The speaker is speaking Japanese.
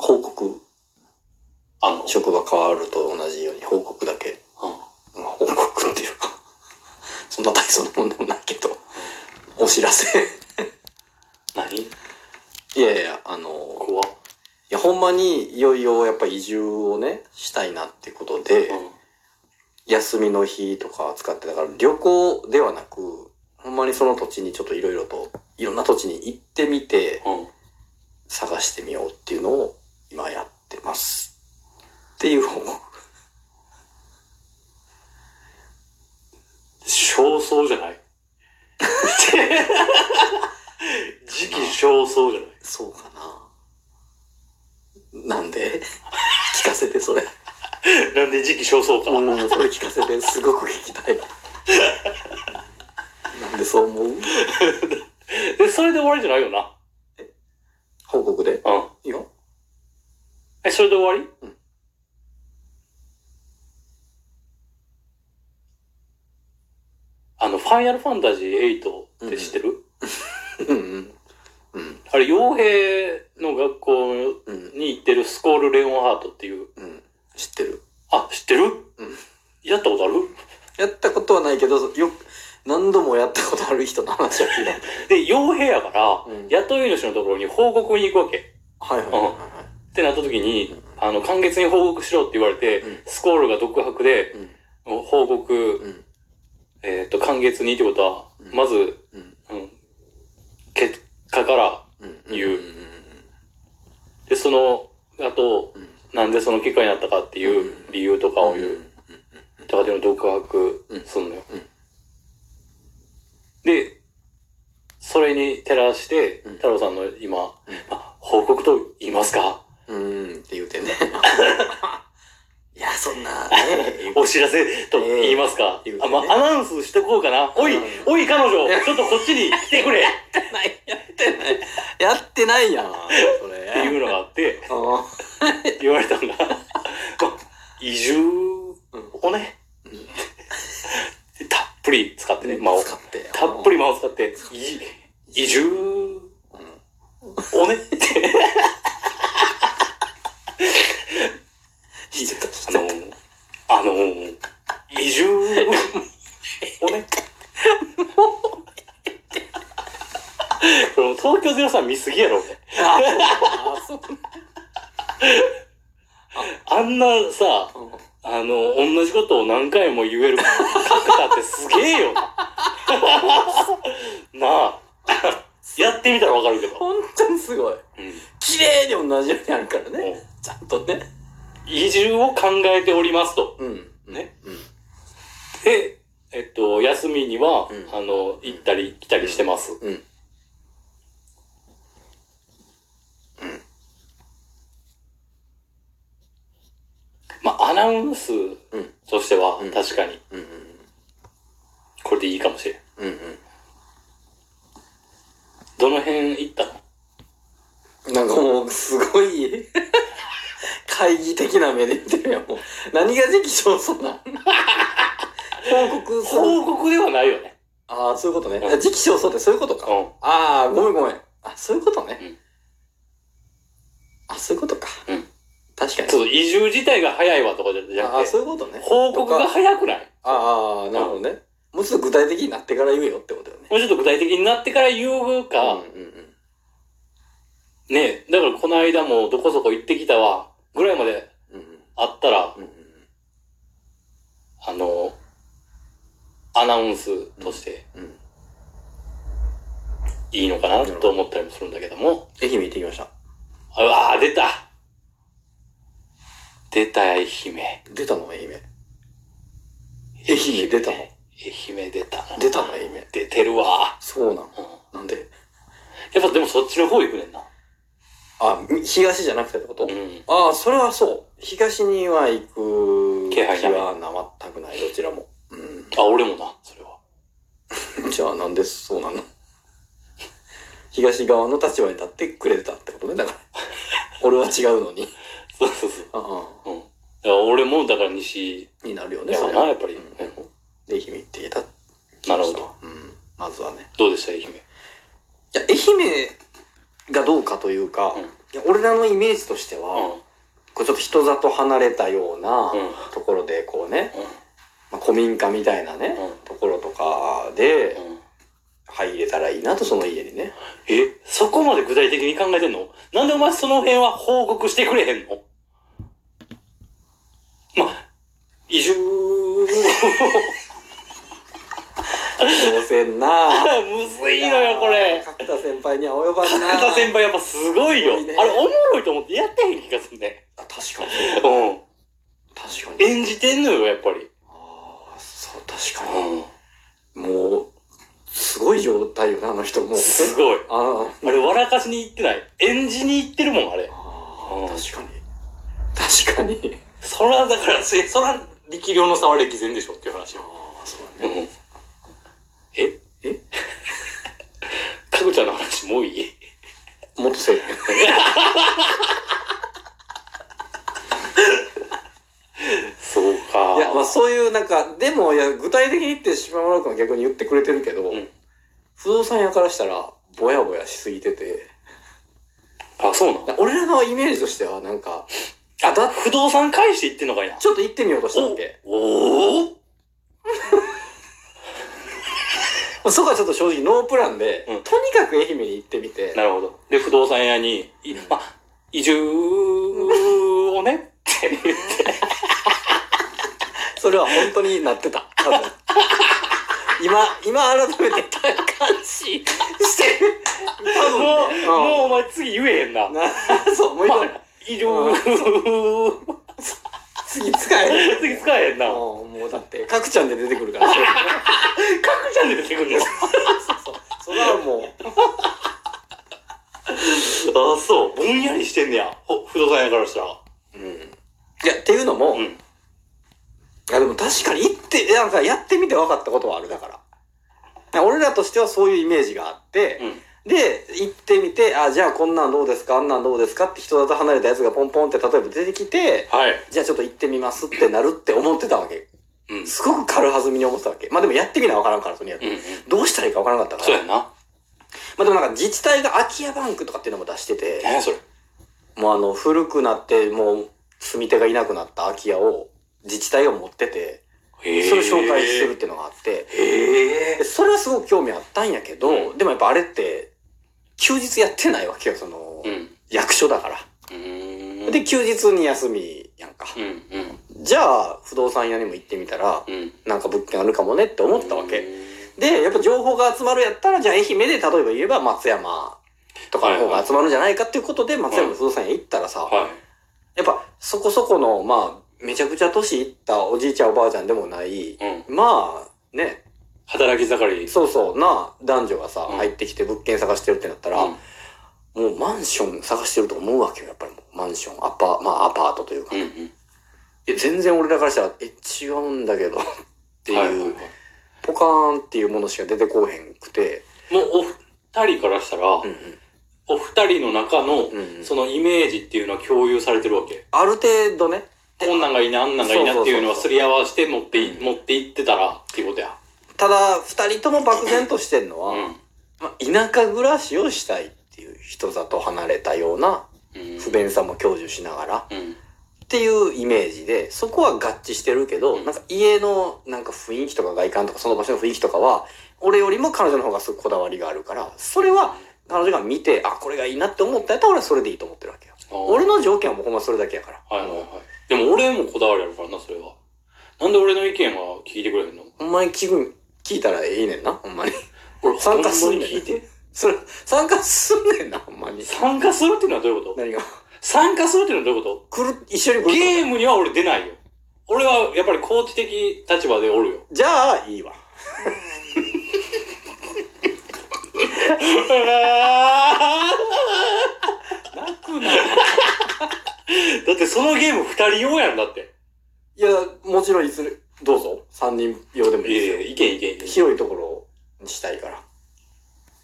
報告。職場変わると同じように報告だけ。報告っていうか、そんな大層なもんでもないけど、お知らせ。 何？ いやいや、 怖っ。 いや、ほんまにいよいよやっぱ移住をね、したいなってことで、休みの日とか使って、だから旅行ではなく、ほんまにその土地にちょっといろんな土地に行ってみて、探してみようっていうのを今やってます。っていう方法。 焦燥じゃない？時期尚早じゃない？ そうかな。なんで聞かせて、それ。 なんで時期尚早か。 それ聞かせて、すごく聞きたい。なんでそう思う？ それで終わりじゃないよな。 報告で？いいよ。 それで終わり？ファイナルファンタジー8って知ってる？あれ、傭兵の学校に行ってるスコール・レオンハートっていう。 知ってる。 あ、知ってる？やったことある？ やったことはないけど、何度もやったことある人の話は聞いた。 で、傭兵やから、雇い主のところに報告に行くわけ。ってなった時に、簡潔に報告しろって言われて、スコールが独白で、報告、簡潔にってことは、まず、結果から言う。で、その後、なんでその結果になったかっていう理由とかを言う。とかでの独白すんのよ。で、それに照らして、太郎さんの今、報告と言いますかって言うてね。いや、そんなね。 お知らせと言いますか、アナウンスしてこうかな。おい彼女、ちょっとこっちに来てくれ。 やってないやん、それ。 っていうのがあって、言われたのが、移住をね、たっぷり使ってね、たっぷり間を使って、移住をねって。移住をね。この東京03見すぎやろ、俺。あんなさ、同じことを何回も言える角田ってすげえよな。なあ。やってみたらわかるけど。 本当にすごい。綺麗に同じようにあるからね。ちゃんとね。 移住を考えておりますと。ね。で、休みには、行ったり来たりしてます。アナウンスとしては、確かに。これでいいかもしれん。どの辺行ったの？ なんかもう、すごい、会議的な目で見てるやん、もう。何が時期尚早な報告ではないよね。 ああ、そういうことね。時期尚早ってそういうことか。ああ、ごめん。あ、そういうことね。あ、そういうことか。確かに。 そう、移住自体が早いわとかじゃなくて。 ああ、そういうことね。 報告が早くない？ ああ、なるほどね。もうちょっと具体的になってから言えよってことよね。 もうちょっと具体的になってから言うか。ねえ、だからこの間もどこそこ行ってきたわ、ぐらいまであったら、アナウンスとして、いいのかなと思ったりもするんだけども。 愛媛行ってきました。 出た愛媛。 出たの愛媛。愛媛出たの？ 愛媛出たな。 出たの愛媛。 出てるわ。 そうなの。なんで？ やっぱでもそっちの方行くねんな。 あ、東じゃなくてってこと？ああ、それはそう。東には行く気は全くない、どちらも。 俺もな、それは。 じゃあなんでそうなの？東側の立場に立ってくれてたってことね、だから。俺は違うのに。 そう。だから俺もだから西になるよね、 それはやっぱり。 で、愛媛行ってきた。 なるほど。 まずはね。 どうでした、愛媛？ いや、愛媛がどうかというか、いや俺らのイメージとしては、こうちょっと人里離れたようなところでこうね、まあ、古民家みたいなね、ところとかで入れたらいいなと、その家にね。 そこまで具体的に考えてんの？なんでお前その辺は報告してくれへんの？まあ、移住当然なむずいのよ、これ。 角田先輩には及ばんな。 角田先輩やっぱすごいよ。あれ、おもろいと思ってやってへん気がするね。 確かにそう。うん。確かに。 演じてんのよ、やっぱり。 ああ、そう、確かに。もう、すごい状態よな、あの人も。 すごい。あれ、笑かしに行ってない。演じに行ってるもん、あれ。 確かに。確かに。 そら、だから、そら、力量の差は歴然でしょっていう話よ。 ああ、そうだね。 かぐちゃんの話もういい？ もっとせえ。 そうか。 いや、まあそういうなんか、でも、いや、具体的に言って島村君は逆に言ってくれてるけど、不動産屋からしたら、ぼやぼやしすぎてて。 あ、そうなの？ 俺らのイメージとしては、なんか、 不動産返していってんのかいな。 ちょっと行ってみようとしたわけ。そこはちょっと正直ノープランで、とにかく愛媛に行ってみて。 なるほど。で、不動産屋に、移住をね、って言って。 それは本当になってた。多分今改めて感心してる。多分、ね、 もうお前次言えへんな。 そう、もう移住。 次使えへん。次使えへんな。 もうだって、かくちゃんで出てくるから。 かくちゃんで出てくるんだよ。 そう。それはもう。 あ、そう。ぼんやりしてんねや。不動産屋からしたら。 いや、っていうのも、いやでも確かに行って、なんかやってみて分かったことはあるだから。俺らとしてはそういうイメージがあって、で、行ってみて、じゃあこんなんどうですか、あんなんどうですかって人里離れたやつがポンポンって例えば出てきて、じゃあちょっと行ってみますってなるって思ってたわけ。すごく軽はずみに思ってたわけ。まあでもやってみな分からんから、とにかく。どうしたらいいか分からなかったから。 そうやな。 まあでもなんか自治体が空き家バンクとかっていうのも出してて、 何やそれ。 もう古くなって、もう住み手がいなくなった空き家を自治体が持ってて、それを紹介するっていうのがあって、それはすごく興味あったんやけど、でもやっぱあれって、休日やってないわけよ、役所だから。で、休日に休みやんか。じゃあ、不動産屋にも行ってみたら、なんか物件あるかもねって思ったわけ。で、やっぱ情報が集まるやったら、じゃあ愛媛で例えば言えば松山とかの方が集まるんじゃないかっていうことで、松山の不動産屋行ったらさ、やっぱそこそこの、まあ、めちゃくちゃ年いったおじいちゃんおばあちゃんでもない、まあ、ね。 働き盛り。 そうな男女がさ、入ってきて物件探してるってなったら、もうマンション探してると思うわけよ、やっぱり。マンション、アパートというか。全然俺らからしたら、違うんだけど、っていう、ポカーンっていうものしか出てこうへんくて。 もうお二人からしたら、お二人の中の、そのイメージっていうのは共有されてるわけ。 ある程度ね。 こんなんがいいな、あんなんがいいなっていうのはすり合わせて持っていってたらっていうことや。 ただ、二人とも漠然としてんのは、田舎暮らしをしたいっていう、人里離れたような不便さも享受しながら、っていうイメージで、そこは合致してるけど、なんか家のなんか雰囲気とか外観とかその場所の雰囲気とかは、俺よりも彼女の方がすごくこだわりがあるから、それは彼女が見て、これがいいなって思ったやったら俺はそれでいいと思ってるわけよ。俺の条件はもうほんまそれだけやから。 でも俺もこだわりあるからな、それは。なんで俺の意見は聞いてくれへんの？ ほんまに聞いたらいいねんな、ほんまに。俺参加すんねん。聞いて。それ、参加すんねんな、ほんまに。 参加するっていうのはどういうこと？ 何が？ 参加するっていうのはどういうこと？ 一緒に来る。 ゲームには俺出ないよ。俺はやっぱりコーチ的立場でおるよ。 じゃあ、いいわ。泣くな。 だってそのゲーム二人用やんだって。 いや、もちろんどうぞ。三人用でもいいですよ。 いけん。 広いところにしたいから。